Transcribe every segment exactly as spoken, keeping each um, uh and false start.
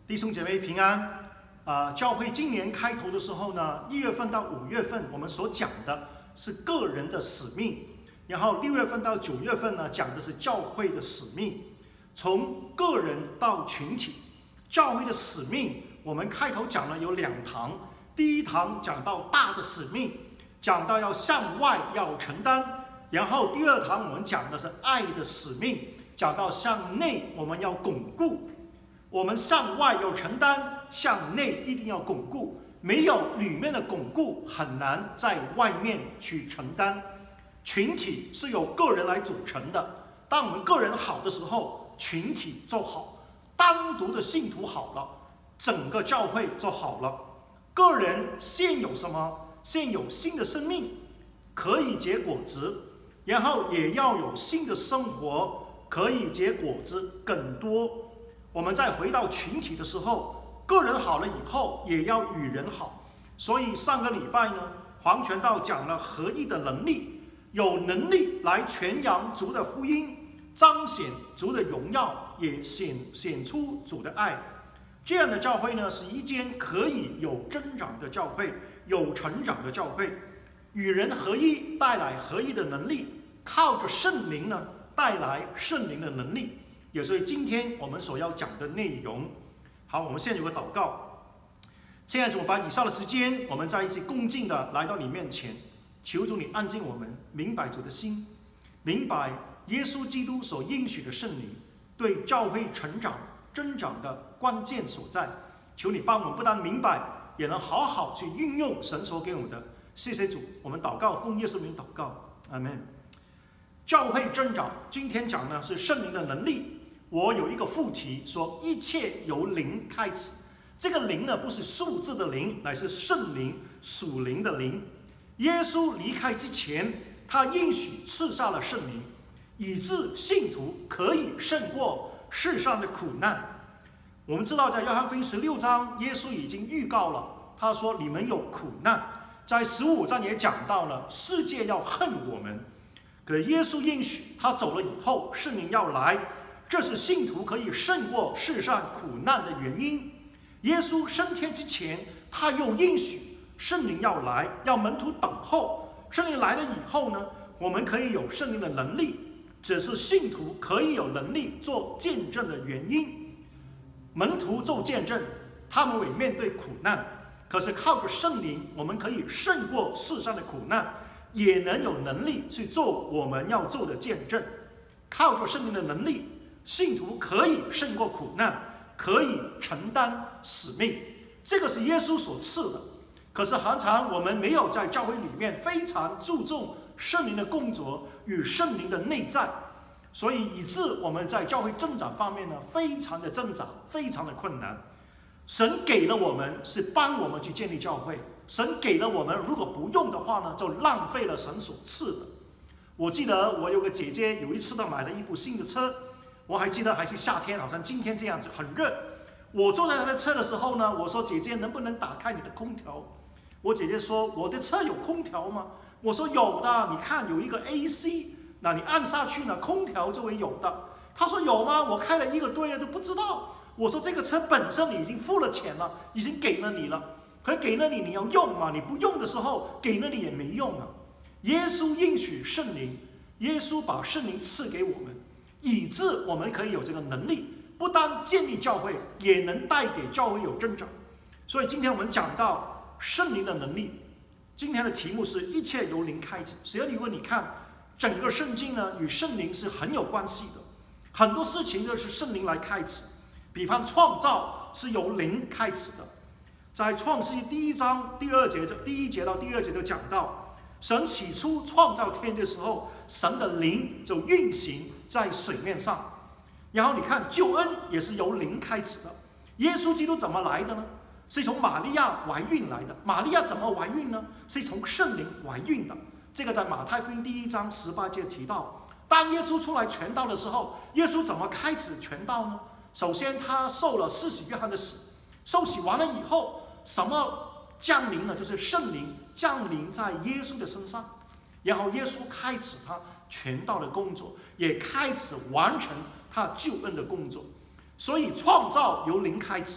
弟兄姐妹平安。啊，教会今年开头的时候呢，一月份到五月份我们所讲的是个人的使命，然后六月份到九月份呢讲的是教会的使命。从个人到群体，教会的使命我们开头讲了有两堂，第一堂讲到大的使命，讲到要向外要承担，然后第二堂我们讲的是爱的使命，讲到向内我们要巩固。我们向外要承担，向内一定要巩固，没有里面的巩固，很难在外面去承担。群体是由个人来组成的，当我们个人好的时候，群体就好；单独的信徒好了，整个教会就好了。个人现有什么？现有新的生命，可以结果子，然后也要有新的生活，可以结果子更多。我们再回到群体的时候，个人好了以后也要与人好。所以上个礼拜呢，黄传道讲了合一的能力，有能力来传扬主的福音，彰显主的荣耀，也显显出主的爱。这样的教会呢，是一间可以有增长的教会，有成长的教会。与人合一带来合一的能力，靠着圣灵呢带来圣灵的能力。也是今天我们所要讲的内容。好，我们现在有个祷告。亲爱的主，把以上的时间，我们在一起恭敬的来到你面前，求主你安静我们，明白主的心，明白耶稣基督所应许的圣灵对教会成长增长的关键所在。求你帮我们不但明白，也能好好去运用神所给我们的。谢谢主，我们祷告，奉耶稣名祷告，阿们。教会增长，今天讲呢是圣灵的能力。我有一个副题说，一切由灵开始。这个灵呢，不是数字的灵，乃是圣灵属灵的灵。耶稣离开之前，他应许赐下了圣灵，以致信徒可以胜过世上的苦难。我们知道，在约翰福音十六章，耶稣已经预告了，他说你们有苦难。在十五章也讲到了，世界要恨我们。可耶稣应许，他走了以后，圣灵要来。这是信徒可以胜过世上苦难的原因。耶稣升天之前，他又应许圣灵要来，要门徒等候。圣灵来了以后呢，我们可以有圣灵的能力，只是信徒可以有能力做见证的原因。门徒做见证，他们会面对苦难，可是靠着圣灵，我们可以胜过世上的苦难，也能有能力去做我们要做的见证。靠着圣灵的能力，信徒可以胜过苦难，可以承担使命，这个是耶稣所赐的。可是常常我们没有在教会里面非常注重圣灵的工作与圣灵的内在，所以以致我们在教会增长方面呢，非常的挣扎，非常的困难。神给了我们是帮我们去建立教会，神给了我们，如果不用的话呢，就浪费了神所赐的。我记得我有个姐姐，有一次她买了一部新的车，我还记得还是夏天，好像今天这样子很热。我坐在她的车的时候呢，我说姐姐能不能打开你的空调？我姐姐说我的车有空调吗？我说有的，你看有一个 A C， 那你按下去呢，空调就会有的。她说有吗？我开了一个多月都不知道。我说这个车本身你已经付了钱了，已经给了你了，可给了你你要用嘛，你不用的时候给了你也没用啊。耶稣应许圣灵，耶稣把圣灵赐给我们，以致我们可以有这个能力，不单建立教会，也能带给教会有增长。所以今天我们讲到圣灵的能力，今天的题目是一切由灵开始。只要你问，你看整个圣经呢，与圣灵是很有关系的，很多事情都是圣灵来开始。比方创造是由灵开始的，在创世记第一章第二节，第一节到第二节就讲到，神起初创造天的时候，神的灵就运行在水面上。然后你看救恩也是由灵开始的。耶稣基督怎么来的呢？是从玛利亚怀孕来的。玛利亚怎么怀孕呢？是从圣灵怀孕的。这个在马太福音第一章十八节提到。当耶稣出来传道的时候，耶稣怎么开始传道呢？首先他受了施洗约翰的洗，受洗完了以后，什么降临呢？就是圣灵降临在耶稣的身上，然后耶稣开始他传道的工作，也开始完成他救恩的工作。所以创造由灵开始，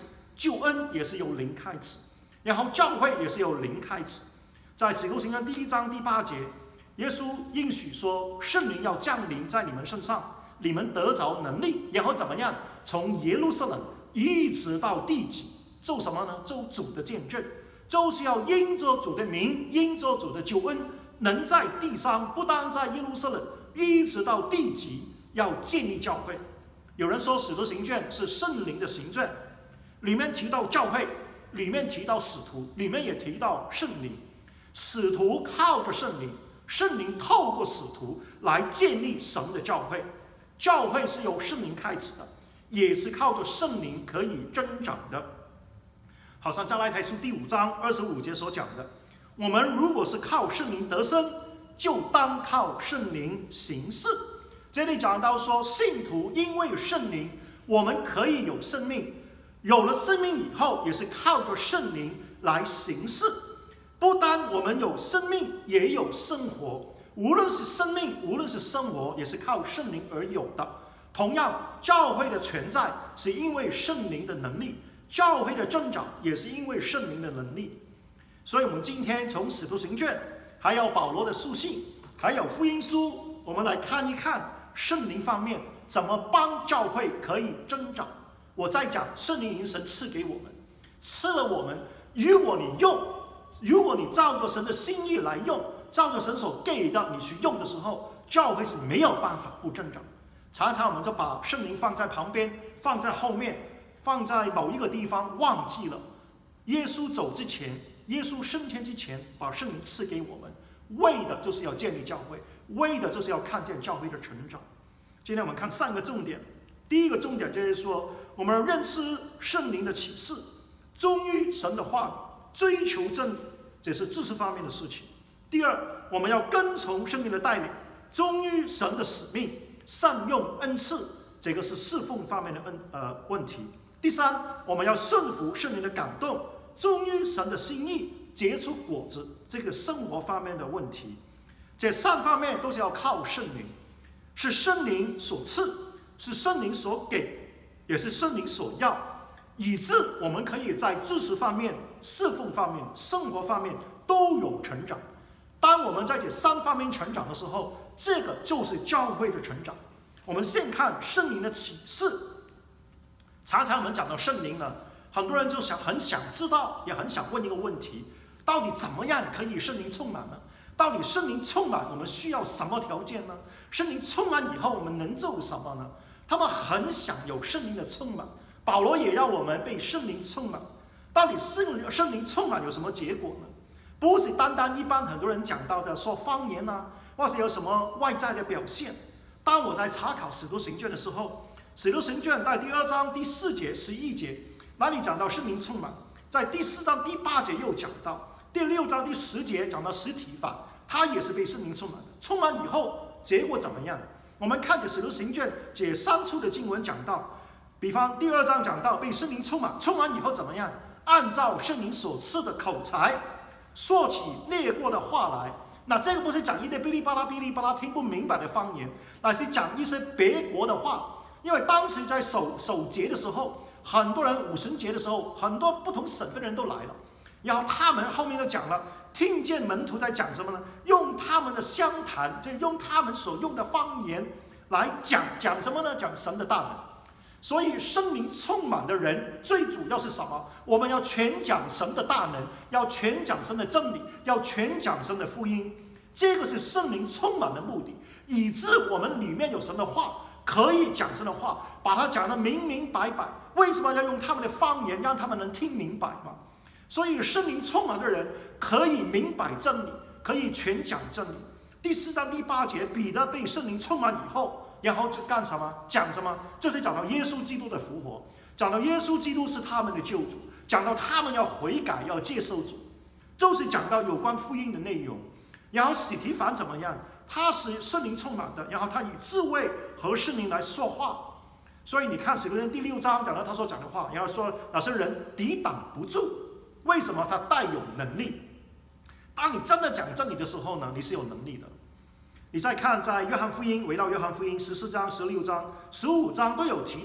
救恩也是由灵开始，然后教会也是由灵开始。在使徒行传第一章第八节，耶稣应许说，圣灵要降临在你们身上，你们得着能力，然后怎么样？从耶路撒冷一直到地极，做什么呢？做主的见证，就是要因着主的名，因着主的救恩，能在地上，不单在耶路撒冷，一直到地极，要建立教会。有人说使徒行传是圣灵的行传，里面提到教会，里面提到使徒，里面也提到圣灵。使徒靠着圣灵，圣灵透过使徒来建立神的教会。教会是由圣灵开始的，也是靠着圣灵可以增长的。好像加拉太书第五章二十五节所讲的，我们如果是靠圣灵得生，就当靠圣灵行事。这里讲到说，信徒因为圣灵，我们可以有生命，有了生命以后，也是靠着圣灵来行事。不单我们有生命，也有生活。无论是生命，无论是生活，也是靠圣灵而有的。同样，教会的存在是因为圣灵的能力，教会的增长也是因为圣灵的能力。所以我们今天从使徒行传，还有保罗的书信，还有福音书，我们来看一看圣灵方面怎么帮教会可以增长。我在讲圣灵灵神赐给我们，赐了我们，如果你用，如果你照着神的心意来用，照着神所给的你去用的时候，教会是没有办法不增长。常常我们就把圣灵放在旁边，放在后面，放在某一个地方，忘记了耶稣走之前，耶稣升天之前，把圣灵赐给我们，为的就是要建立教会，为的就是要看见教会的成长。今天我们看三个重点。第一个重点就是说，我们认识圣灵的启示，忠于神的话语，追求真理，这是知识方面的事情。第二，我们要跟从圣灵的带领，忠于神的使命，善用恩赐，这个是侍奉方面的恩呃问题。第三，我们要顺服圣灵的感动，忠于神的心意，结出果子，这个生活方面的问题。这三方面都是要靠圣灵，是圣灵所赐，是圣灵所给，也是圣灵所要，以致我们可以在知识方面、侍奉方面、生活方面都有成长。当我们在这三方面成长的时候，这个就是教会的成长。我们先看圣灵的启示。常常我们讲到圣灵呢，很多人就想很想知道，也很想问一个问题：到底怎么样可以圣灵充满呢？到底圣灵充满我们需要什么条件呢？圣灵充满以后我们能做什么呢？他们很想有圣灵的充满。保罗也让我们被圣灵充满。到底圣圣灵充满有什么结果呢？不是单单一般很多人讲到的说方言啊，或是有什么外在的表现。当我在查考使徒行传的时候，使徒行传在第二章第四节、十一节那里讲到圣灵充满，在第四章第八节又讲到，第六章第十节讲到实体法，他也是被圣灵充满的。充满以后结果怎么样？我们看着使徒行传这三处的经文讲到，比方第二章讲到被圣灵充满，充满以后怎么样？按照圣灵所赐的口才，说起列国的话来。那这个不是讲一堆哔哩吧啦哔哩吧啦听不明白的方言，而是讲一些别国的话。因为当时在守守节的时候，很多人五旬节的时候，很多不同省份的人都来了，然后他们后面就讲了，听见门徒在讲什么呢？用他们的相谈，就用他们所用的方言来讲讲什么呢？讲神的大能。所以圣灵充满的人最主要是什么？我们要全讲神的大能，要全讲神的真理，要全讲神的福音。这个是圣灵充满的目的，以致我们里面有神的话，可以讲神的话，把它讲得明明白白。为什么要用他们的方言，让他们能听明白吗？所以圣灵充满的人可以明白真理，可以全讲真理。第四章第八节，彼得被圣灵充满以后，然后就干什么？讲什么？就是讲到耶稣基督的复活，讲到耶稣基督是他们的救主，讲到他们要悔改，要接受主，就是讲到有关福音的内容。然后司提反怎么样？他是圣灵充满的，然后他以智慧和圣灵来说话。所以你看使徒行传第六章讲到他所讲的话，然后说那些人抵挡不住。为什么？他带有能力。当你真的讲真理的时候呢，你是有能力的。你再看在约翰福音，围绕约翰福音十四章、十六章、十五章都有提到，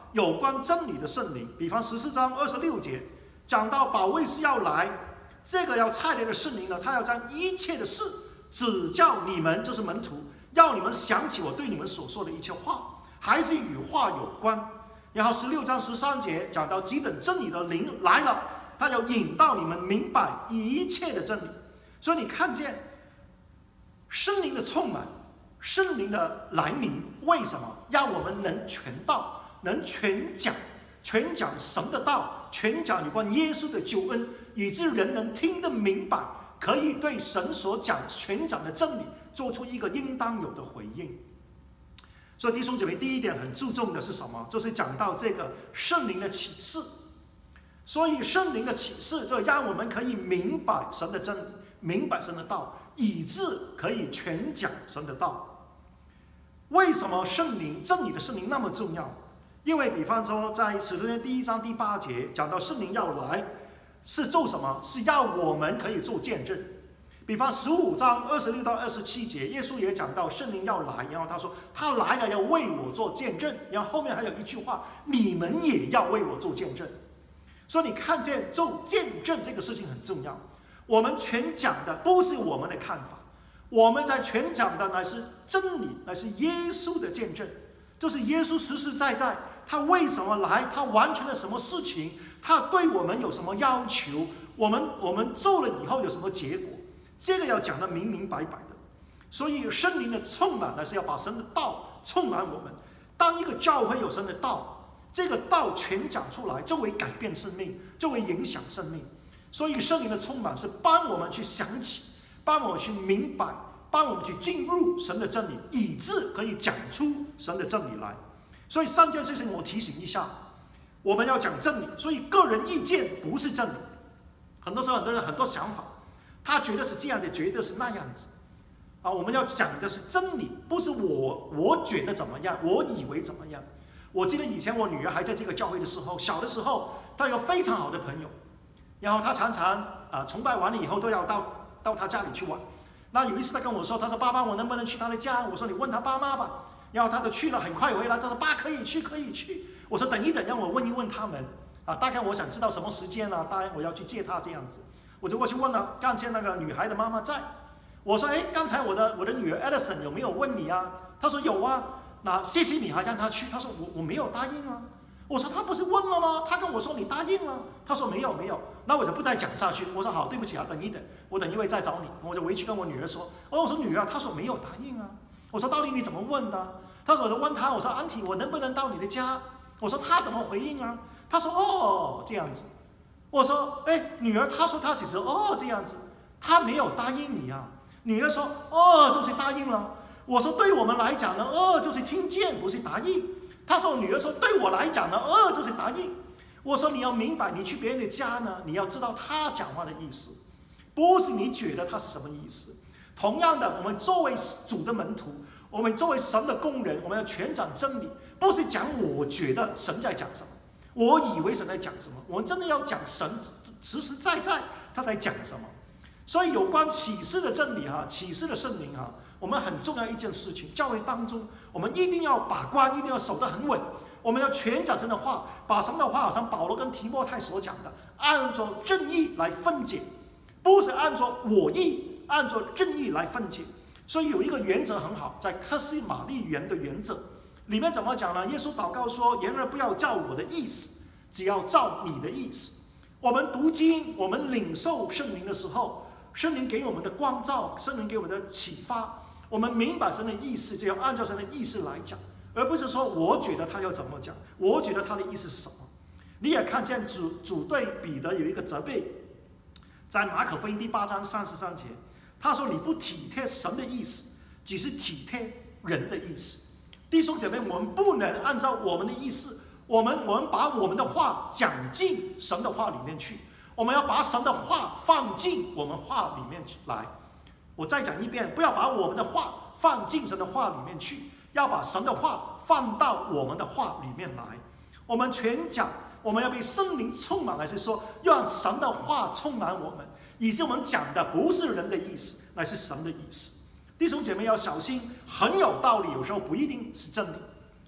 有关真理的圣灵，比方十四章二十六节讲到保惠师要来，这个要差来的圣灵呢，他要将一切的事指教你们，就是门徒，要你们想起我对你们所说的一切话，还是与话有关。然后十六章十三节讲到基本真理的灵来了，他要引导你们明白一切的真理。所以你看见圣灵的充满，圣灵的来临，为什么让我们能全道，能全讲，全讲神的道，全讲有关耶稣的救恩，以致人能听得明白，可以对神所讲全讲的真理做出一个应当有的回应。所以弟兄姐妹，第一点很注重的是什么？就是讲到这个圣灵的启示。所以圣灵的启示就让我们可以明白神的真理，明白神的道，以致可以全讲神的道。为什么圣灵真理的圣灵那么重要？因为比方说在使徒行传第一章第八节讲到圣灵要来是做什么？是要我们可以做见证。比方十五章二十六到二十七节，耶稣也讲到圣灵要来，然后他说他来了要为我做见证，然后后面还有一句话，你们也要为我做见证。所以你看见做见证这个事情很重要。我们全讲的不是我们的看法，我们在全讲的乃是真理，乃是耶稣的见证，就是耶稣实实在在他为什么来，他完成了什么事情，他对我们有什么要求，我们我们做了以后有什么结果，这个要讲得明明白白的。所以圣灵的充满乃是要把神的道充满我们。当一个教会有神的道，这个道全讲出来，就会改变生命，就会影响生命。所以圣灵的充满是帮我们去想起，帮我们去明白，帮我们去进入神的真理，以致可以讲出神的真理来。所以三件事情我提醒一下，我们要讲真理，所以个人意见不是真理。很多时候很多人很多想法，他觉得是这样的，觉得是那样子啊。我们要讲的是真理，不是我我觉得怎么样，我以为怎么样。我记得以前我女儿还在这个教会的时候，小的时候她有非常好的朋友，然后她常常啊、呃、崇拜完了以后都要到到她家里去玩。那有一次她跟我说，她说爸爸，我能不能去她的家？我说你问她爸妈吧。然后她就去了，很快回来，她说爸可以去可以去。我说等一等，让我问一问他们啊，大概我想知道什么时间啊，当然我要去接她这样子。我就过去问了，刚才那个女孩的妈妈在。我说哎，刚才我的我的女儿 Edison 有没有问你啊？她说有啊。那谢谢你还让她去。她说我我没有答应啊。我说她不是问了吗？她跟我说你答应了。她说没有没有。那我就不再讲下去。我说好，对不起啊，等一等，我等一会再找你。我就回去跟我女儿说，哦，我说女儿，她说没有答应啊。我说到底你怎么问的？她说我就问她，我说安提，我能不能到你的家？我说她怎么回应啊？她说哦这样子。我说哎，女儿，她说她只是哦这样子，她没有答应你啊。女儿说哦就是答应了。我说对我们来讲呢，哦就是听见，不是答应。她说女儿说对我来讲呢，哦就是答应。我说你要明白，你去别人的家呢，你要知道他讲话的意思，不是你觉得他是什么意思。同样的，我们作为主的门徒，我们作为神的工人，我们要全讲真理，不是讲我觉得神在讲什么，我以为神在讲什么。我们真的要讲神实实在在他在讲什么。所以有关启示的真理哈，启示的圣灵哈，我们很重要一件事情，教会当中我们一定要把关，一定要守得很稳。我们要全讲神的话，把神的话好像保罗跟提摩太所讲的，按照正义来分解，不是按照我意，按照正义来分解。所以有一个原则很好，在克西玛丽园的原则里面怎么讲呢？耶稣祷告说：“然而不要照我的意思，只要照你的意思。”我们读经，我们领受圣灵的时候，圣灵给我们的光照，圣灵给我们的启发，我们明白神的意思，就要按照神的意思来讲。而不是说我觉得他要怎么讲，我觉得他的意思是什么。你也看见主主对彼得有一个责备，在马可福音第八章三十三节，他说你不体贴神的意思，只是体贴人的意思。弟兄姐妹，我们不能按照我们的意思，我们我们把我们的话讲进神的话里面去，我们要把神的话放进我们话里面来。我再讲一遍，不要把我们的话放进神的话里面去，要把神的话放到我们的话里面来。我们全讲，我们要被圣灵充满，还是说让神的话充满我们，以致我们讲的不是人的意思，乃是神的意思。弟兄姐妹要小心，很有道理，有时候不一定是真理。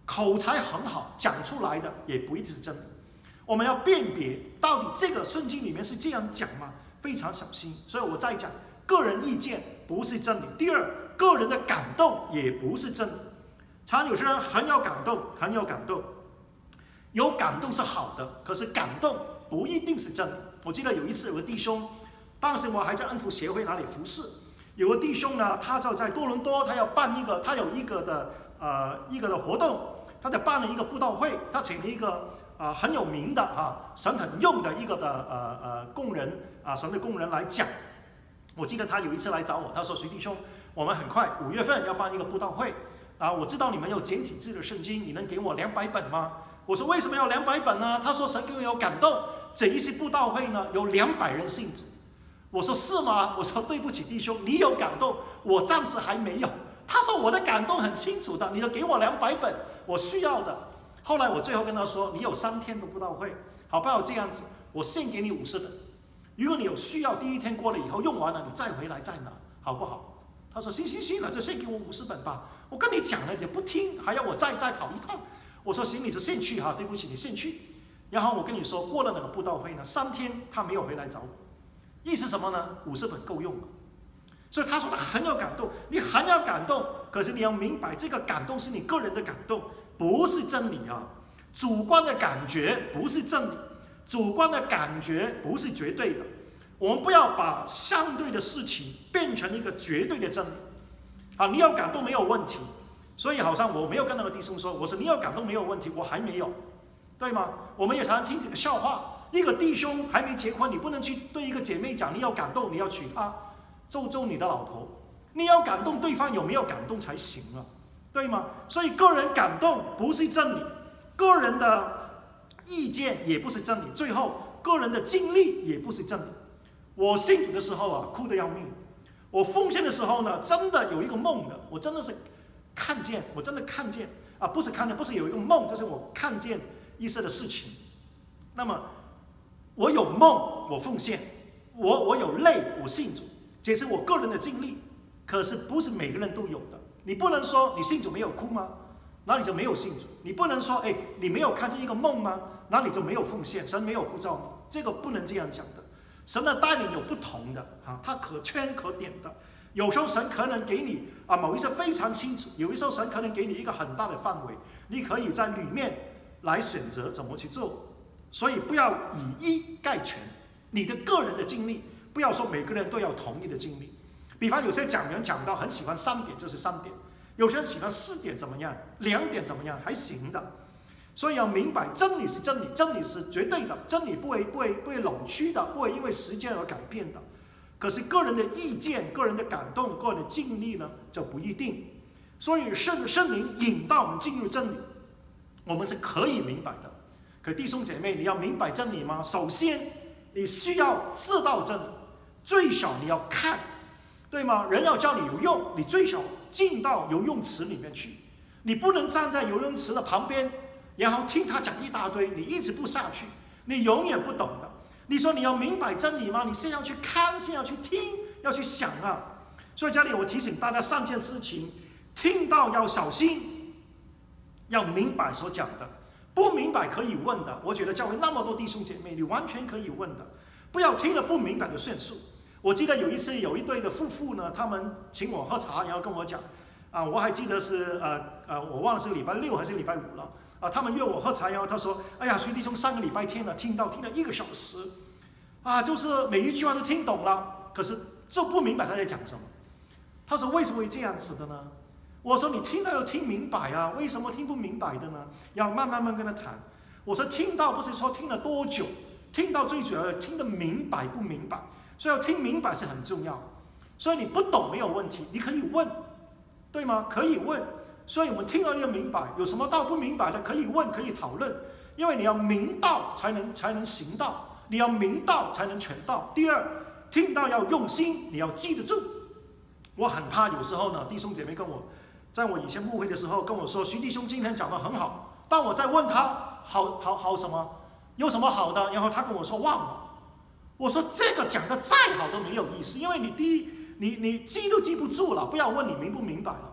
口才很好，讲出来的也不一定是真理。我们要辨别到底这个圣经里面是这样讲吗？非常小心。所以我再讲，个人意见不是真理。第二，个人的感动也不是真理。常有些人很有感动，很有感动，有感动是好的，可是感动不一定是真理。我记得有一次有个弟兄，当时我还在恩福协会那里服侍，有个弟兄呢，他就在多伦多，他要办一个，他有一个的呃一个的活动，他在办了一个布道会，他请了一个啊、呃、很有名的哈、啊、神很用的一个的呃呃工人啊神的工人来讲。我记得他有一次来找我，他说：“徐弟兄，我们很快五月份要办一个布道会啊，我知道你们有简体字的圣经，你能给我两百本吗？”我说：“为什么要两百本呢？”他说：“神给我有感动，这一次布道会呢有两百人信主。”我说：“是吗？”我说：“对不起弟兄，你有感动，我暂时还没有。”他说：“我的感动很清楚的，你就给我两百本，我需要的。”后来我最后跟他说：“你有三天的布道会，好不好？这样子，我先给你五十本。如果你有需要，第一天过了以后用完了，你再回来再拿，好不好？”他说：“行行行了，就先给我五十本吧。”我跟你讲了也不听，还要我再再跑一趟。我说：“行，你就先去哈，对不起，你先去。”然后我跟你说，过了那个布道会呢，三天他没有回来找我，意思什么呢？五十本够用了。所以他说他很有感动，你很有感动，可是你要明白，这个感动是你个人的感动，不是真理啊。主观的感觉不是真理，主观的感觉不是绝对的。我们不要把相对的事情变成一个绝对的真理。好，你有感动没有问题。所以好像我没有跟那个弟兄说，我说你有感动没有问题，我还没有，对吗？我们也常常听这个笑话，一个弟兄还没结婚，你不能去对一个姐妹讲你有感动，你要娶她，咒咒你的老婆。你要感动对方有没有感动才行啊，对吗？所以个人感动不是真理，个人的意见也不是真理，最后个人的经历也不是真理。我信主的时候啊，哭得要命。我奉献的时候呢，真的有一个梦的，我真的是看见，我真的看见啊，不是看见，不是有一个梦，就是我看见一些的事情。那么我有梦，我奉献；我我有泪，我信主，这是我个人的经历。可是不是每个人都有的。你不能说你信主没有哭吗？那你就没有信主。你不能说，哎，你没有看见一个梦吗？那你就没有奉献，神没有呼召你。这个不能这样讲的。神的带领有不同的啊，它可圈可点的。有时候神可能给你啊某一些非常清楚，有一时候神可能给你一个很大的范围，你可以在里面来选择怎么去做。所以不要以一概全，你的个人的经历，不要说每个人都要同一的经历。比方有些讲员讲到很喜欢三点就是三点，有些人喜欢四点怎么样，两点怎么样还行的。所以要明白，真理是真理，真理是绝对的，真理不会不会不会扭曲的，不会因为时间而改变的。可是个人的意见、个人的感动、个人的经历呢，就不一定。所以圣圣灵引导我们进入真理，我们是可以明白的。可弟兄姐妹，你要明白真理吗？首先，你需要知道真理，最少你要看，对吗？人要教你游泳，你最少进到游泳池里面去，你不能站在游泳池的旁边。然后听他讲一大堆，你一直不下去，你永远不懂的。你说你要明白真理吗？你先要去看，先要去听，要去想啊。所以这里我提醒大家三件事情：听到要小心，要明白所讲的；不明白可以问的。我觉得教会那么多弟兄姐妹，你完全可以问的，不要听了不明白就算数。我记得有一次有一对的夫妇呢，他们请我喝茶，然后跟我讲啊，我还记得是呃呃，我忘了是礼拜六还是礼拜五了。啊，他们约我喝茶，然后他说：“哎呀，徐弟兄上个礼拜天了，听到听了一个小时，啊，就是每一句话都听懂了，可是就不明白他在讲什么。”他说：“为什么会这样子的呢？”我说：“你听到要听明白啊，为什么听不明白的呢？要慢慢慢跟他谈。”我说：“听到不是说听了多久，听到最主要的听得明白不明白，所以要听明白是很重要。所以你不懂没有问题，你可以问，对吗？可以问。”所以我们听到要明白，有什么道不明白的可以问，可以讨论，因为你要明道才能才能行道，你要明道才能全道。第二，听到要用心，你要记得住。我很怕有时候呢，弟兄姐妹跟我，在我以前牧会的时候跟我说，徐弟兄今天讲得很好，当我在问他好好好什么，有什么好的，然后他跟我说忘了。我说这个讲得再好都没有意思，因为你第一，你你记都记不住了，不要问你明不明白了。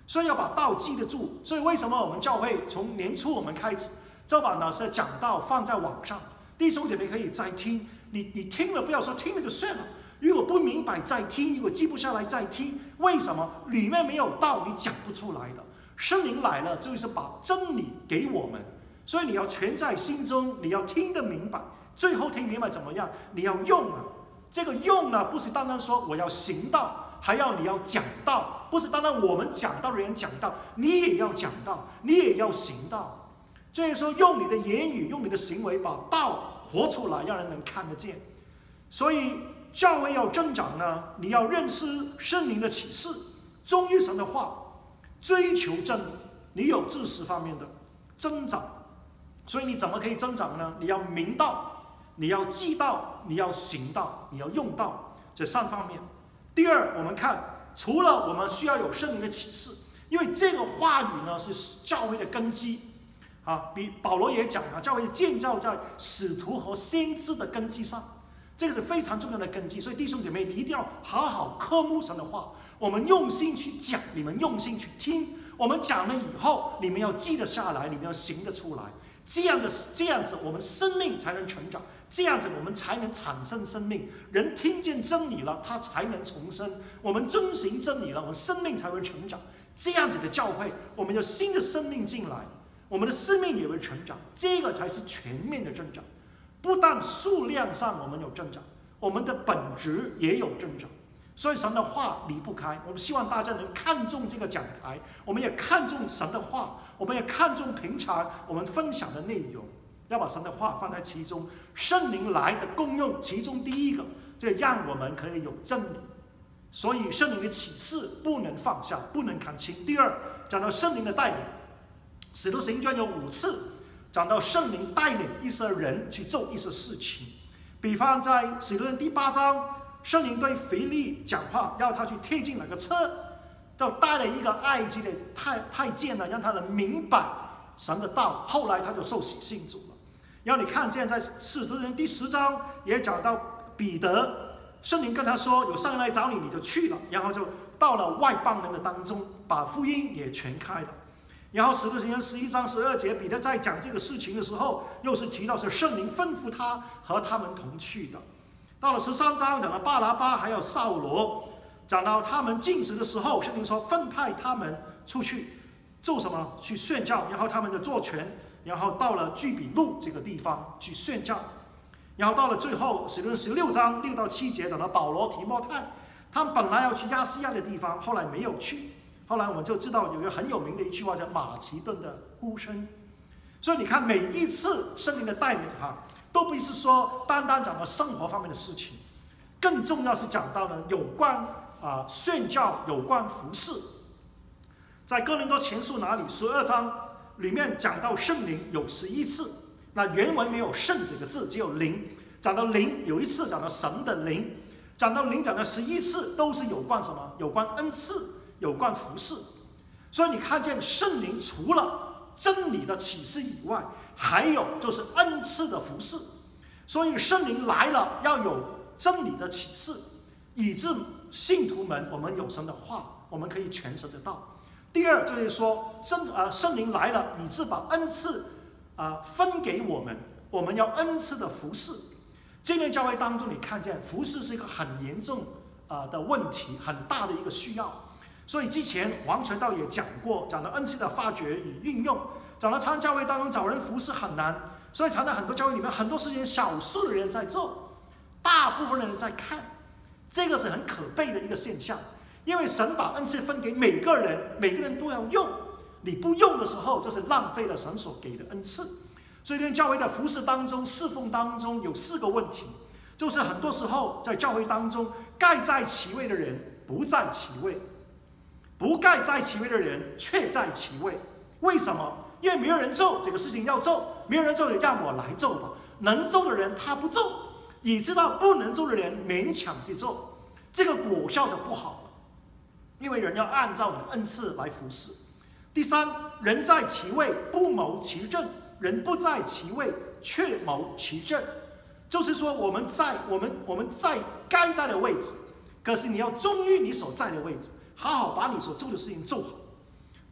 所以要把道记得住。所以为什么我们教会从年初我们开始就把老师的讲道放在网上，弟兄姐妹可以再听。你你听了不要说听了就算了，如果不明白再听，如果记不下来再听。为什么？里面没有道，你讲不出来的。圣灵来了，就是把真理给我们，所以你要存在心中，你要听得明白。最后听明白怎么样？你要用啊！这个用呢，不是单单说我要行道，还要你要讲道，不是单单我们讲道的人讲道，你也要讲道，你也要行道。就是说，用你的言语，用你的行为，把道活出来，让人能看得见。所以教会要增长呢，你要认识圣灵的启示，忠于神的话，追求真理，你有知识方面的增长。所以你怎么可以增长呢？你要明道，你要记道，你要行道，你要用道，这三方面。第二，我们看，除了我们需要有圣灵的启示，因为这个话语呢是教会的根基啊，比保罗也讲了，教会建造在使徒和先知的根基上，这个是非常重要的根基。所以弟兄姐妹，你一定要好好科目神的话，我们用心去讲，你们用心去听。我们讲了以后，你们要记得下来，你们要行得出来。这样的这样子，我们生命才能成长，这样子我们才能产生生命。人听见真理了，他才能重生。我们遵行真理了，我们生命才会成长。这样子的教会，我们有新的生命进来，我们的生命也会成长。这个才是全面的增长，不但数量上我们有增长，我们的本质也有增长。所以神的话离不开，我们希望大家能看重这个讲台，我们也看重神的话，我们也看重平常我们分享的内容，要把神的话放在其中。圣灵来的功用，其中第一个就让我们可以有真理，所以圣灵的启示不能放下，不能看轻。第二，讲到圣灵的带领，使徒行传有五次讲到圣灵带领一些人去做一些事情，比方在使徒行传第八章。圣灵对腓利讲话，要他去贴近那个车，就带了一个埃及的太太监呢，让他能明白神的道。后来他就受洗信主了。然后你看见在使徒行传第十章也讲到彼得，圣灵跟他说有上人来找你，你就去了。然后就到了外邦人的当中，把福音也传开了。然后使徒行传十一章十二节，彼得在讲这个事情的时候，又是提到是圣灵吩咐他和他们同去的。到了十三章讲到巴拿巴还有扫罗，讲到他们进食的时候，圣灵说分派他们出去做什么？去宣教。然后他们就做权，然后到了居比路这个地方去宣教。然后到了最后，使徒行传十六章六到七节讲到保罗、提摩太，他们本来要去亚细亚的地方，后来没有去。后来我们就知道有一个很有名的一句话叫马其顿的呼声。所以你看每一次圣灵的带领哈。都不是说单单讲到生活方面的事情，更重要是讲到呢有关啊、呃、宣教，有关服事。在哥林多前书哪里十二章里面讲到圣灵有十一次，那原文没有圣这个字，只有灵。讲到灵有一次讲到神的灵，讲到灵讲到十一次都是有关什么？有关恩赐，有关服事。所以你看见圣灵除了真理的启示以外，还有就是恩赐的服事。所以圣灵来了，要有真理的启示，以致信徒们我们有神的话，我们可以传神的道。第二就是说真啊，圣灵来了，以致把恩赐啊分给我们，我们要恩赐的服事。今年教会当中，你看见服事是一个很严重啊的问题，很大的一个需要。所以之前王传道也讲过，讲到恩赐的发掘与运用。讲到常教会当中找人服侍很难，所以常常很多教会里面很多事情少数的人在做，大部分的人在看，这个是很可悲的一个现象。因为神把恩赐分给每个人，每个人都要用，你不用的时候就是浪费了神所给的恩赐。所以在教会的服侍当中、侍奉当中有四个问题，就是很多时候在教会当中该在其位的人不在其位，不该在其位的人却在其位。为什么？因为没有人做这个事情要做，没有人做就让我来做吧。能做的人他不做，你知道不能做的人勉强去做，这个果效就不好了。因为人要按照你的恩赐来服侍。第三，人在其位不谋其政，人不在其位却谋其政。就是说我们在我们我们在该在的位置，可是你要忠于你所在的位置，好好把你所做的事情做好。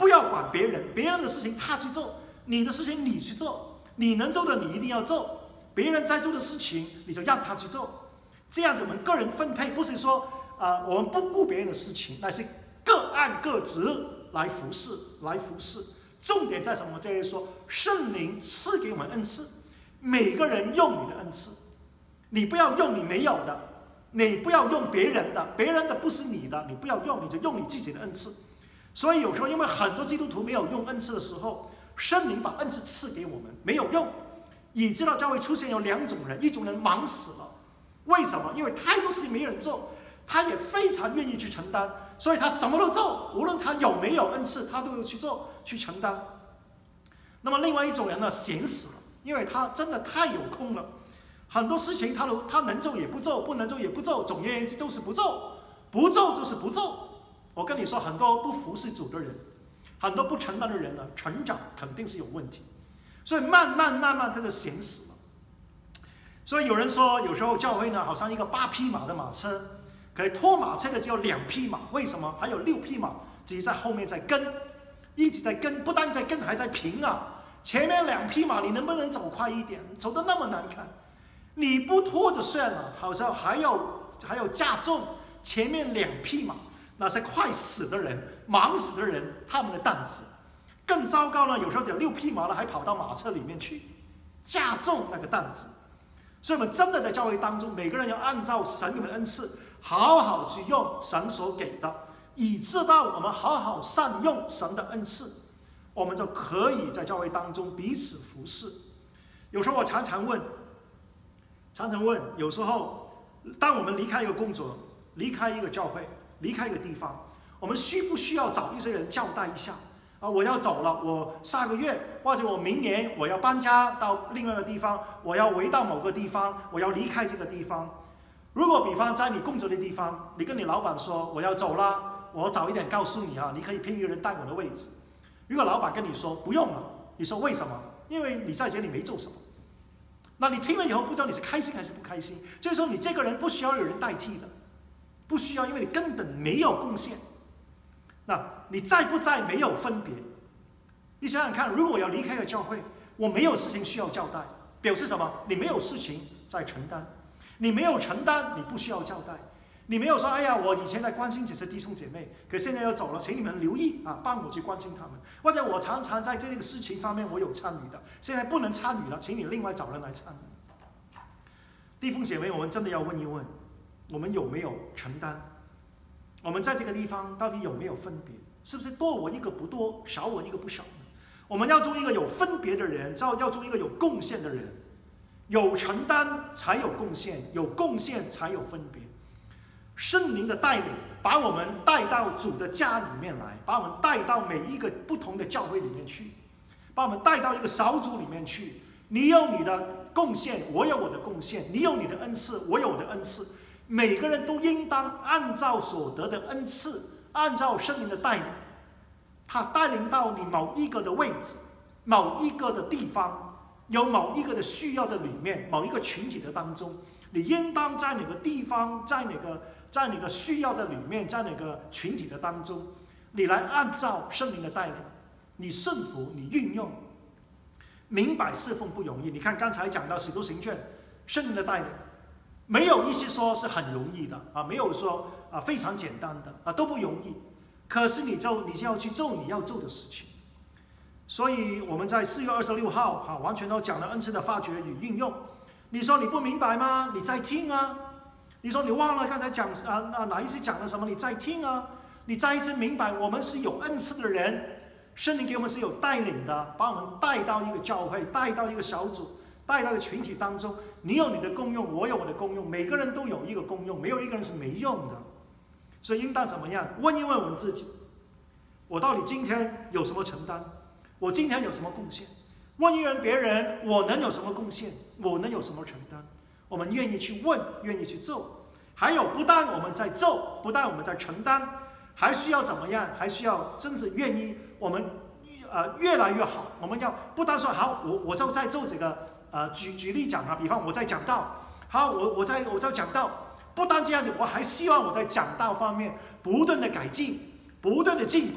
不要管别人，别人的事情他去做，你的事情你去做，你能做的你一定要做，别人在做的事情你就让他去做。这样子我们个人分配，不是说啊、呃、我们不顾别人的事情，那是各按各职来服侍，来服侍。重点在什么？就是说圣灵赐给我们恩赐，每个人用你的恩赐，你不要用你没有的，你不要用别人的，别人的不是你的，你不要用，你就用你自己的恩赐。所以有时候因为很多基督徒没有用恩赐的时候，圣灵把恩赐赐给我们没有用，以致到教会出现有两种人，一种人忙死了，为什么？因为太多事情没人做，他也非常愿意去承担，所以他什么都做，无论他有没有恩赐，他都要去做，去承担。那么另外一种人呢，闲死了，因为他真的太有空了，很多事情他都他能做也不做，不能做也不做，总而言之就是不做，不做就是不做。我跟你说，很多不服侍主的人，很多不承担的人呢，成长肯定是有问题，所以慢慢慢慢他就闲死了。所以有人说，有时候教会呢，好像一个八匹马的马车，可以拖马车的只有两匹马，为什么？还有六匹马自己在后面在跟，一直在跟，不但在跟，还在平啊。前面两匹马，你能不能走快一点？走得那么难看，你不拖就算了，好像还要还要加重前面两匹马，那些快死的人、忙死的人，他们的担子。更糟糕呢，有时候有六匹马了，还跑到马车里面去，加重那个担子。所以我们真的在教会当中，每个人要按照神给我们的恩赐，好好去用神所给的，以致到我们好好善用神的恩赐，我们就可以在教会当中彼此服侍。有时候我常常问，常常问，有时候当我们离开一个工作，离开一个教会，离开一个地方，我们需不需要找一些人交代一下？啊，我要走了，我下个月或者我明年我要搬家到另外一个地方，我要回到某个地方，我要离开这个地方。如果比方在你工作的地方，你跟你老板说我要走了，我早一点告诉你啊，你可以聘一个人代我的位置。如果老板跟你说不用了，你说为什么？因为你在这里没做什么。那你听了以后不知道你是开心还是不开心，就是说你这个人不需要有人代替的，不需要，因为你根本没有贡献。那你在不在没有分别。你想想看，如果我要离开了教会，我没有事情需要交代，表示什么？你没有事情在承担，你没有承担，你不需要交代。你没有说，哎呀，我以前在关心这些弟兄姐妹，可现在要走了，请你们留意啊，帮我去关心他们。或者我常常在这个事情方面我有参与的，现在不能参与了，请你另外找人来参与。弟兄姐妹，我们真的要问一问，我们有没有承担？我们在这个地方到底有没有分别？是不是多我一个不多，少我一个不少呢？我们要做一个有分别的人，要做一个有贡献的人。有承担才有贡献，有贡献才有分别。圣灵的带领把我们带到主的家里面来，把我们带到每一个不同的教会里面去，把我们带到一个小组里面去。你有你的贡献，我有我的贡献；你有你的恩赐，我有我的恩赐。每个人都应当按照所得的恩赐，按照圣灵的带领，他带领到你某一个的位置，某一个的地方，有某一个的需要的里面，某一个群体的当中，你应当在哪个地方，在哪个在哪个需要的里面，在哪个群体的当中，你来按照圣灵的带领，你顺服，你运用。明白侍奉不容易，你看刚才讲到使徒行传，圣灵的带领。没有一些说是很容易的啊，没有说啊非常简单的啊，都不容易。可是你就你就要去做你要做的事情。所以我们在四月二十六号啊，完全都讲了恩赐的发掘与运用。你说你不明白吗？你再听啊。你说你忘了刚才讲啊啊哪一次讲了什么？你再听啊。你再一次明白，我们是有恩赐的人，圣灵给我们是有带领的，把我们带到一个教会，带到一个小组。带到一个群体当中，你有你的功用，我有我的功用，每个人都有一个功用，没有一个人是没用的。所以应当怎么样？问一问我们自己，我到底今天有什么承担？我今天有什么贡献？问一问别人，我能有什么贡献？我能有什么承担？我们愿意去问，愿意去做。还有，不但我们在做，不但我们在承担，还需要怎么样？还需要真正愿意，我们呃越来越好。我们要不单说好，我我就在做这个。呃，举举例讲啊，比方我在讲道，好，我我在我在讲道，不单这样子，我还希望我在讲道方面不断的改进，不断的进步，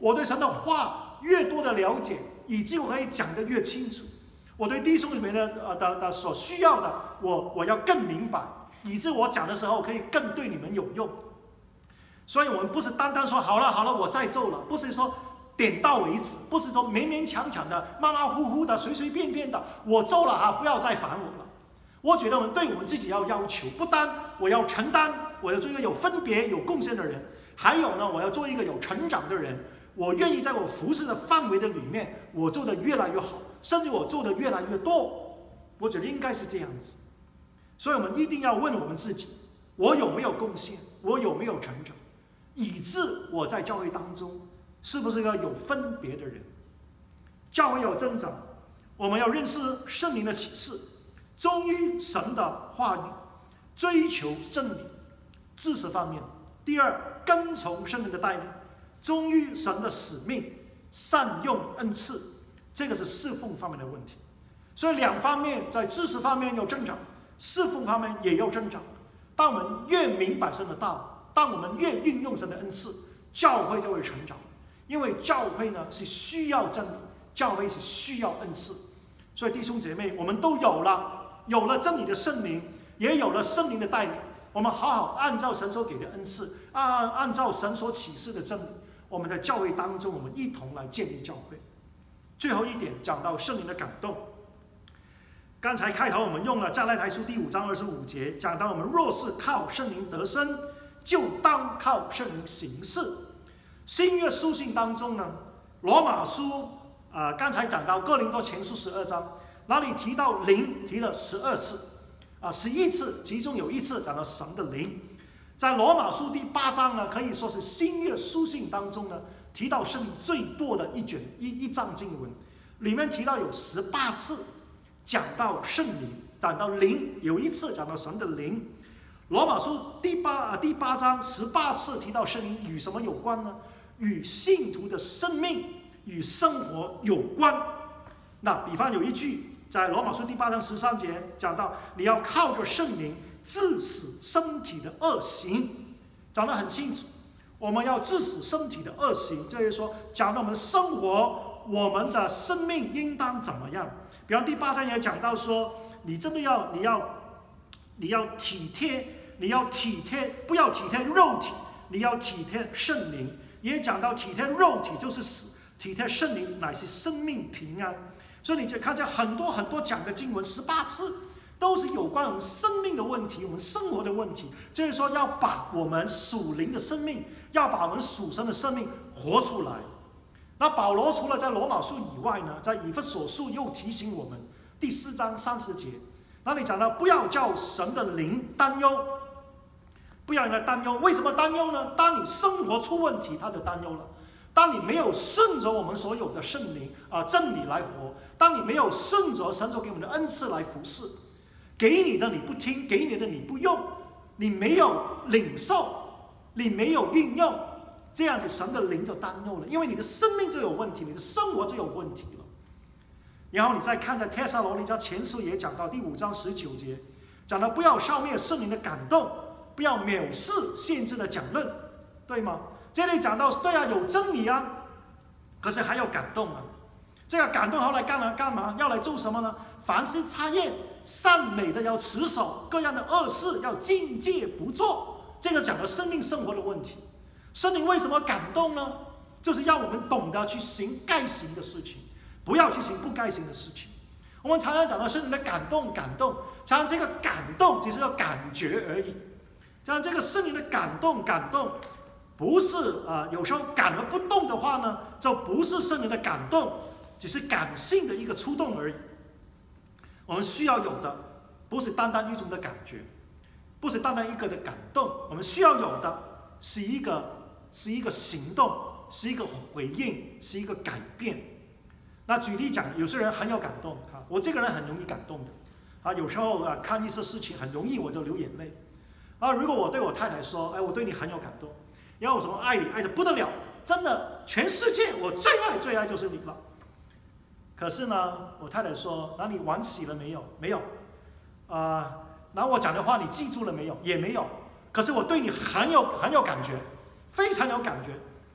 我对神的话越多的了解，以及我可以讲得越清楚。我对弟兄里面的呃的的所需要的，我我要更明白，以致我讲的时候可以更对你们有用。所以我们不是单单说好了好了我再做了，不是说点到为止，不是说勉勉强强的、马马虎虎的、随随便便的，我做了啊，不要再烦我了。我觉得我们对我们自己要要求，不单我要承担，我要做一个有分别、有贡献的人，还有呢，我要做一个有成长的人。我愿意在我服侍的范围的里面，我做得越来越好，甚至我做得越来越多。我觉得应该是这样子。所以我们一定要问我们自己：我有没有贡献？我有没有成长？以致我在教会当中是不是一个有分别的人？教会有增长，我们要认识圣灵的启示，忠于神的话语，追求真理，知识方面。第二，跟从圣灵的带领，忠于神的使命，善用恩赐，这个是侍奉方面的问题。所以两方面，在知识方面有增长，侍奉方面也有增长。当我们越明白神的道，当我们越运用神的恩赐，教会就会成长。因为教会呢是需要真理，教会是需要恩赐。所以弟兄姐妹，我们都有了，有了真理的圣灵，也有了圣灵的带领。我们好好按照神所给的恩赐，按按照神所启示的真理，我们在教会当中，我们一同来建立教会。最后一点讲到圣灵的感动。刚才开头我们用了加拉太书第五章二十五节，讲到我们若是靠圣灵得生，就当靠圣灵行事。新约书信当中呢，罗马书啊、呃，刚才讲到哥林多前书十二章，那里提到灵提了十二次，啊、呃，十一次，其中有一次讲到神的灵。在罗马书第八章呢，可以说是新约书信当中呢提到圣灵最多的一卷一一章经文，里面提到有十八次讲到圣灵，讲到灵，有一次讲到神的灵。罗马书第八啊第八章十八次提到圣灵与什么有关呢？与信徒的生命与生活有关。那比方有一句在罗马书第八章十三节讲到，你要靠着圣灵治死身体的恶行，讲得很清楚。我们要治死身体的恶行，就是说讲到我们生活，我们的生命应当怎么样。比方第八章也讲到说，你真的要你要你要体贴，你要体贴，不要体贴肉体，你要体贴圣灵。也讲到体贴肉体就是死，体贴圣灵乃是生命平安。所以你就看见很多很多讲的经文，十八次都是有关我们生命的问题，我们生活的问题。就是说要把我们属灵的生命，要把我们属神的生命活出来。那保罗除了在罗马书以外呢，在以弗所书又提醒我们，第四章三十节，那里讲到不要叫神的灵担忧，不要让他担忧。为什么担忧呢？当你生活出问题，他就担忧了。当你没有顺着我们所有的圣灵啊、呃、真理来活，当你没有顺着神所给我们的恩赐来服侍，给你的你不听，给你的你不用，你没有领受，你没有运用，这样子神的灵就担忧了，因为你的生命就有问题，你的生活就有问题了。然后你再看在帖撒罗尼迦前书也讲到第五章十九节，讲到不要消灭圣灵的感动，不要藐视先知的讲论，对吗？这里讲到对啊，有真理啊，可是还有感动啊。这个感动后来干嘛干嘛？要来做什么呢？凡事察验，善美的要持守，各样的恶事要禁戒不做。这个讲了生命生活的问题。圣灵为什么感动呢？就是要我们懂得去行该行的事情，不要去行不该行的事情。我们常常讲到圣灵的感动，感动，常常这个感动只是个感觉而已。像这个圣灵的感动，感动。不是啊、呃，有时候感而不动的话呢，就不是圣灵的感动，只是感性的一个触动而已。我们需要有的，不是单单一种的感觉，不是单单一个的感动，我们需要有的是一个是一个行动，是一个回应，是一个改变。那举例讲，有些人很有感动啊，我这个人很容易感动的啊，有时候啊看一些事情很容易我就流眼泪啊。如果我对我太太说，哎，我对你很有感动。要我什么爱你爱得不得了，真的全世界我最爱最爱就是你了。可是呢，我太太说，那你碗洗了没有？没有。啊、呃，然后我讲的话你记住了没有？也没有。可是我对你很有很有感觉，非常有感觉。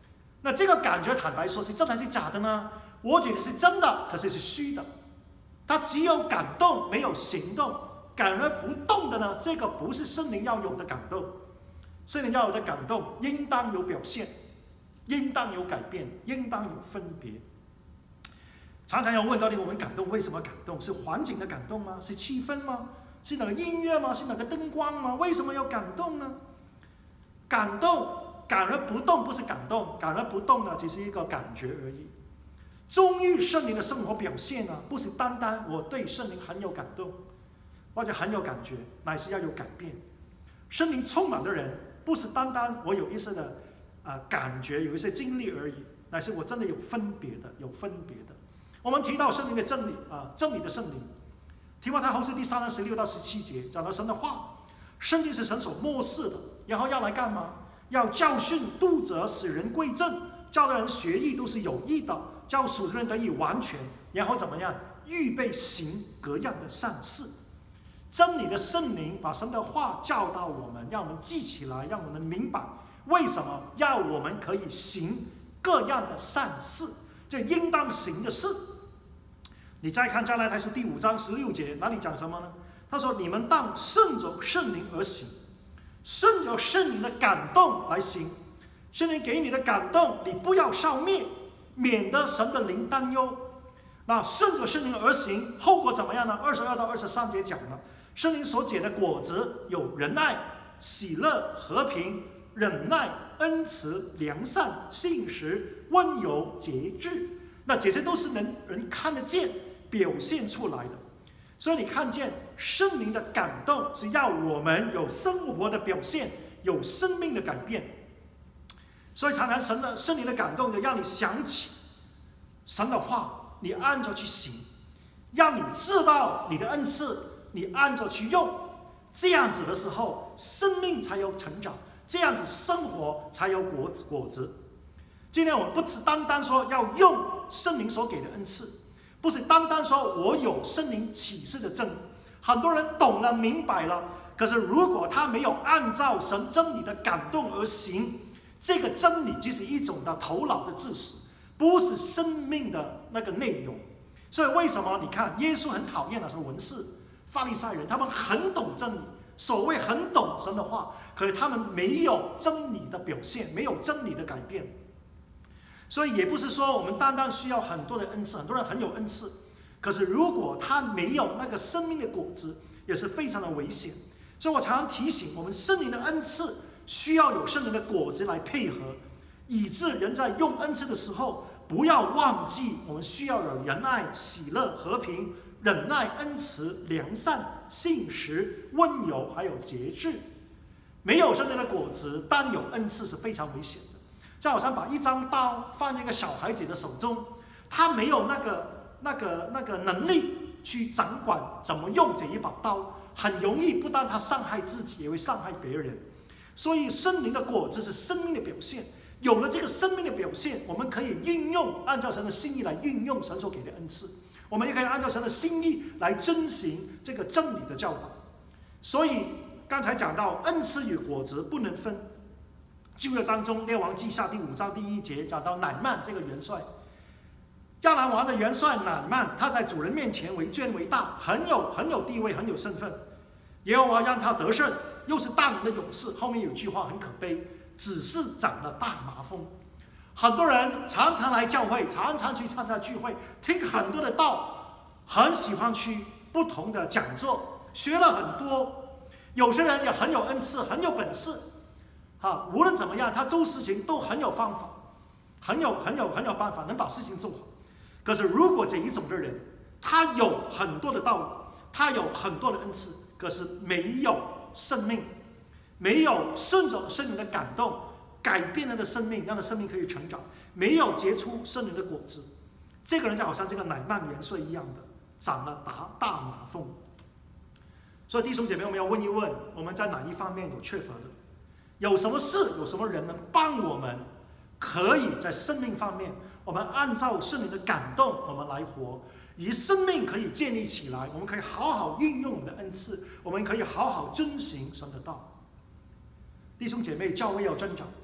那这个感觉坦白说是真还是假的呢？我觉得是真的，可是是虚的。它只有感动，没有行动。感而不动的呢，这个不是圣灵要有的感动。圣灵要有的感动，应当有表现，应当有改变，应当有分别。常常要问到底，我们感动为什么感动？是环境的感动吗？是气氛吗？是哪个音乐吗？是哪个灯光吗？为什么要感动呢？感动，感而不动不是感动，感而不动呢，只是一个感觉而已。忠于圣灵的生活表现呢，不是单单我对圣灵很有感动，或者很有感觉，乃是要有改变。圣灵充满的人，不是单单我有一些的、呃、感觉，有一些经历而已，乃是我真的有分别的，有分别的。我们提到圣灵的真理啊、呃，真理的圣灵，提摩太后书第三章十六到十七节讲到神的话，圣经是神所默示的，然后要来干嘛？要教训、督责、使人归正，教人学义都是有益的，叫属的人得以完全，然后怎么样？预备行各样的善事。真理的圣灵把神的话教导我们，让我们记起来，让我们明白为什么要我们可以行各样的善事，这应当行的事。你再看加拉太书第五章十六节，哪里讲什么呢？他说：“你们当顺着圣灵而行，顺着圣灵的感动来行。圣灵给你的感动，你不要消灭，免得神的灵担忧。那顺着圣灵而行，后果怎么样呢？二十二到二十三节讲了，圣灵所结的果子有仁爱、喜乐、和平、忍耐、恩慈、良善、信实、温柔、节制。那这些都是能人看得见、表现出来的。所以你看见圣灵的感动，是要我们有生活的表现，有生命的改变。所以常常神的圣灵的感动，就让你想起神的话，你按照去行，让你知道你的恩赐，你按照去用。这样子的时候，生命才有成长，这样子生活才有果子果子。今天我们不是单单说要用圣灵所给的恩赐，不是单单说我有圣灵启示的真理。很多人懂了明白了，可是如果他没有按照神真理的感动而行，这个真理只是一种的头脑的知识，不是生命的那个内容。所以为什么你看耶稣很讨厌的是文士法利赛人，他们很懂真理，所谓很懂神的话，可是他们没有真理的表现，没有真理的改变。所以也不是说我们单单需要很多的恩赐，很多人很有恩赐，可是如果他没有那个生命的果子，也是非常的危险。所以我常常提醒我们，圣灵的恩赐需要有圣灵的果子来配合，以致人在用恩赐的时候，不要忘记我们需要有仁爱、喜乐、和平、忍耐、恩慈、良善、信实、温柔，还有节制。没有圣灵的果子，单有恩赐是非常危险的。就好像把一张刀放在一个小孩子的手中，他没有那个、那个、那个能力去掌管怎么用这一把刀，很容易不但他伤害自己，也会伤害别人。所以圣灵的果子是生命的表现，有了这个生命的表现，我们可以运用，按照神的心意来运用神所给的恩赐，我们也可以按照神的心意来遵行这个真理的教导。所以刚才讲到恩赐与果子不能分。旧约当中，列王记下第五章第一节讲到乃縵这个元帅，亚兰王的元帅乃縵，他在主人面前为尊为大，很有很有地位，很有身份。耶和华让他得胜，又是大能的勇士。后面有句话很可悲，只是长了大麻风。很多人常常来教会，常常去参加聚会，听很多的道，很喜欢去不同的讲座，学了很多。有些人也很有恩赐，很有本事。啊，无论怎么样，他做事情都很有方法，很有很有很有办法，能把事情做好。可是如果这一种的人，他有很多的道理，他有很多的恩赐，可是没有生命，没有顺着圣灵的感动，改变他的生命，让他的生命可以成长，没有结出圣灵的果子，这个人就好像这个乃縵元帅一样的，长了大大麻风。所以弟兄姐妹，我们要问一问，我们在哪一方面有缺乏的？有什么事，有什么人能帮我们，可以在生命方面，我们按照圣灵的感动，我们来活，以生命可以建立起来，我们可以好好运用我们的恩赐，我们可以好好遵行神的道。弟兄姐妹，教会要增长，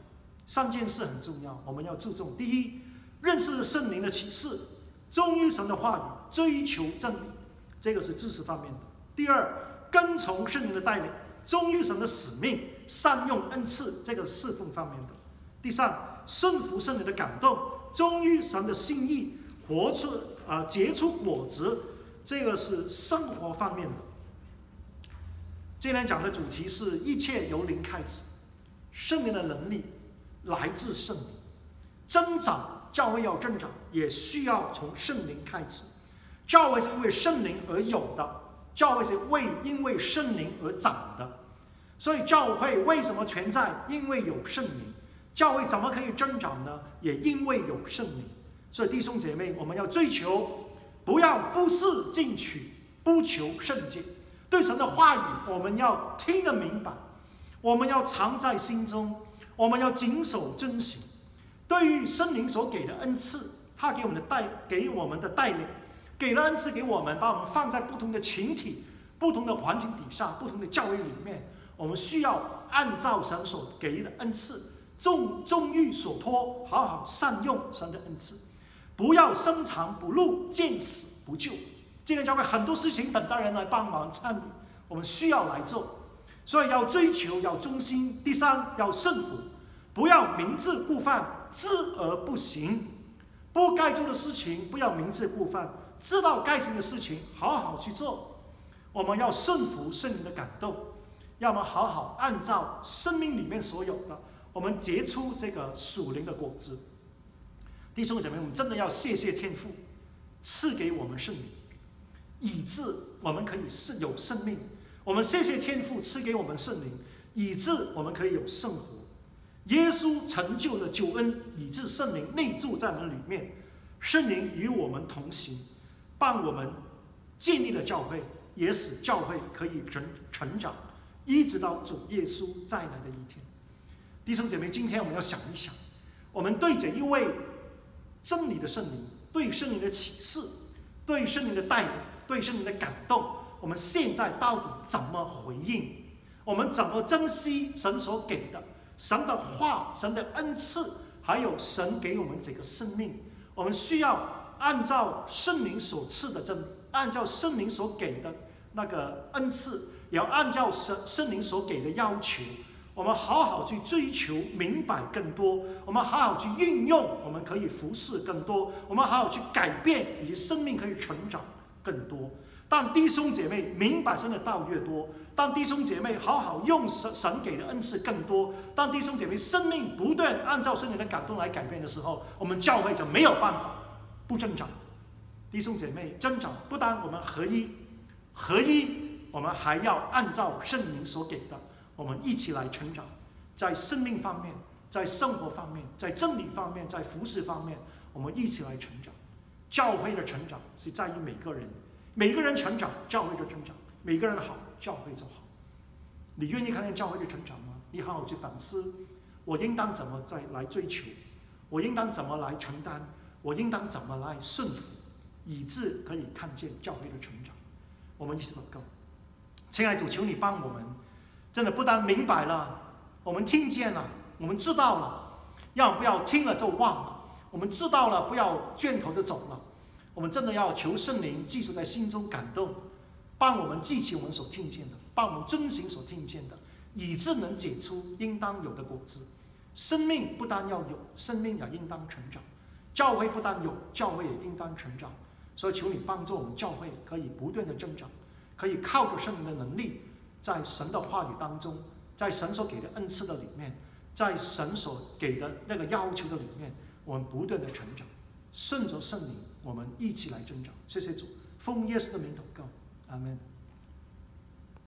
三件事很重要，我们要注重。第一，认识圣灵的启示，忠于神的话语，追求真理，这个是知识方面的。第二，跟从圣灵的带领，忠于神的使命，善用恩赐，这个是侍奉方面的。第三，顺服圣灵的感动，忠于神的心意，活出啊、呃、结出果子，这个是生活方面的。今天讲的主题是一切由灵开始，圣灵的能力来自圣灵，增长教会要增长，也需要从圣灵开始。教会是因为圣灵而有的，教会是为因为圣灵而长的。所以教会为什么存在？因为有圣灵。教会怎么可以增长呢？也因为有圣灵。所以弟兄姐妹，我们要追求，不要不思进取，不求甚解。对神的话语，我们要听得明白，我们要藏在心中，我们要谨守遵行。对于圣灵所给的恩赐，他给我们的带给我们的带领，给了恩赐给我们，把我们放在不同的群体、不同的环境底下、不同的教会里面，我们需要按照神所给的恩赐，重重于所托，好好善用神的恩赐，不要深藏不露，见死不救。今天教会很多事情等待人来帮忙参与，我们需要来做，所以要追求，要忠心。第三，要顺服，不要明知故犯，知而不行。不该做的事情不要明知故犯，知道该行的事情好好去做。我们要顺服圣灵的感动，要我们好好按照生命里面所有的，我们结出这个属灵的果子。弟兄姐妹，我们真的要谢谢天父赐给我们圣灵，以致我们可以是有生命。我们谢谢天父赐给我们圣灵，以致我们可以有生活。耶稣成就了救恩，以致圣灵内住在我们里面，圣灵与我们同行，帮我们建立了教会，也使教会可以成成长，一直到主耶稣再来的一天。弟兄姐妹，今天我们要想一想，我们对这一位真理的圣灵，对圣灵的启示，对圣灵的带领，对圣灵的感动，我们现在到底怎么回应？我们怎么珍惜神所给的神的话、神的恩赐，还有神给我们这个生命？我们需要按照圣灵所赐的真，按照圣灵所给的那个恩赐，也要按照神圣灵所给的要求，我们好好去追求明白更多，我们好好去运用，我们可以服侍更多，我们好好去改变，以及生命可以成长更多。当弟兄姐妹明白神的道越多，当弟兄姐妹好好用神神给的恩赐更多，当弟兄姐妹生命不断按照圣灵的感动来改变的时候，我们教会就没有办法不增长。弟兄姐妹增长，不但我们合一，合一我们还要按照圣灵所给的，我们一起来成长，在生命方面，在生活方面，在真理方面，在服事方面，我们一起来成长。教会的成长是在于每个人，每个人成长，教会就成长；每个人好，教会就好。你愿意看见教会的成长吗？你好好去反思，我应当怎么再来追求，我应当怎么来承担，我应当怎么来顺服，以致可以看见教会的成长。我们一起祷告。亲爱的主，求你帮我们，真的不但明白了，我们听见了，我们知道了，要不要听了就忘了？我们知道了，不要卷头就走了。我们真的要求圣灵记住在心中感动，帮我们记起我们所听见的，帮我们遵行所听见的，以致能结出应当有的果子。生命不单要有，生命也应当成长。教会不单有，教会也应当成长。所以求你帮助我们教会可以不断的增长，可以靠着圣灵的能力，在神的话语当中，在神所给的恩赐的里面，在神所给的那个要求的里面，我们不断的成长，顺着圣灵，我们一起来增长。谢谢主，奉耶稣的名祷告，阿们。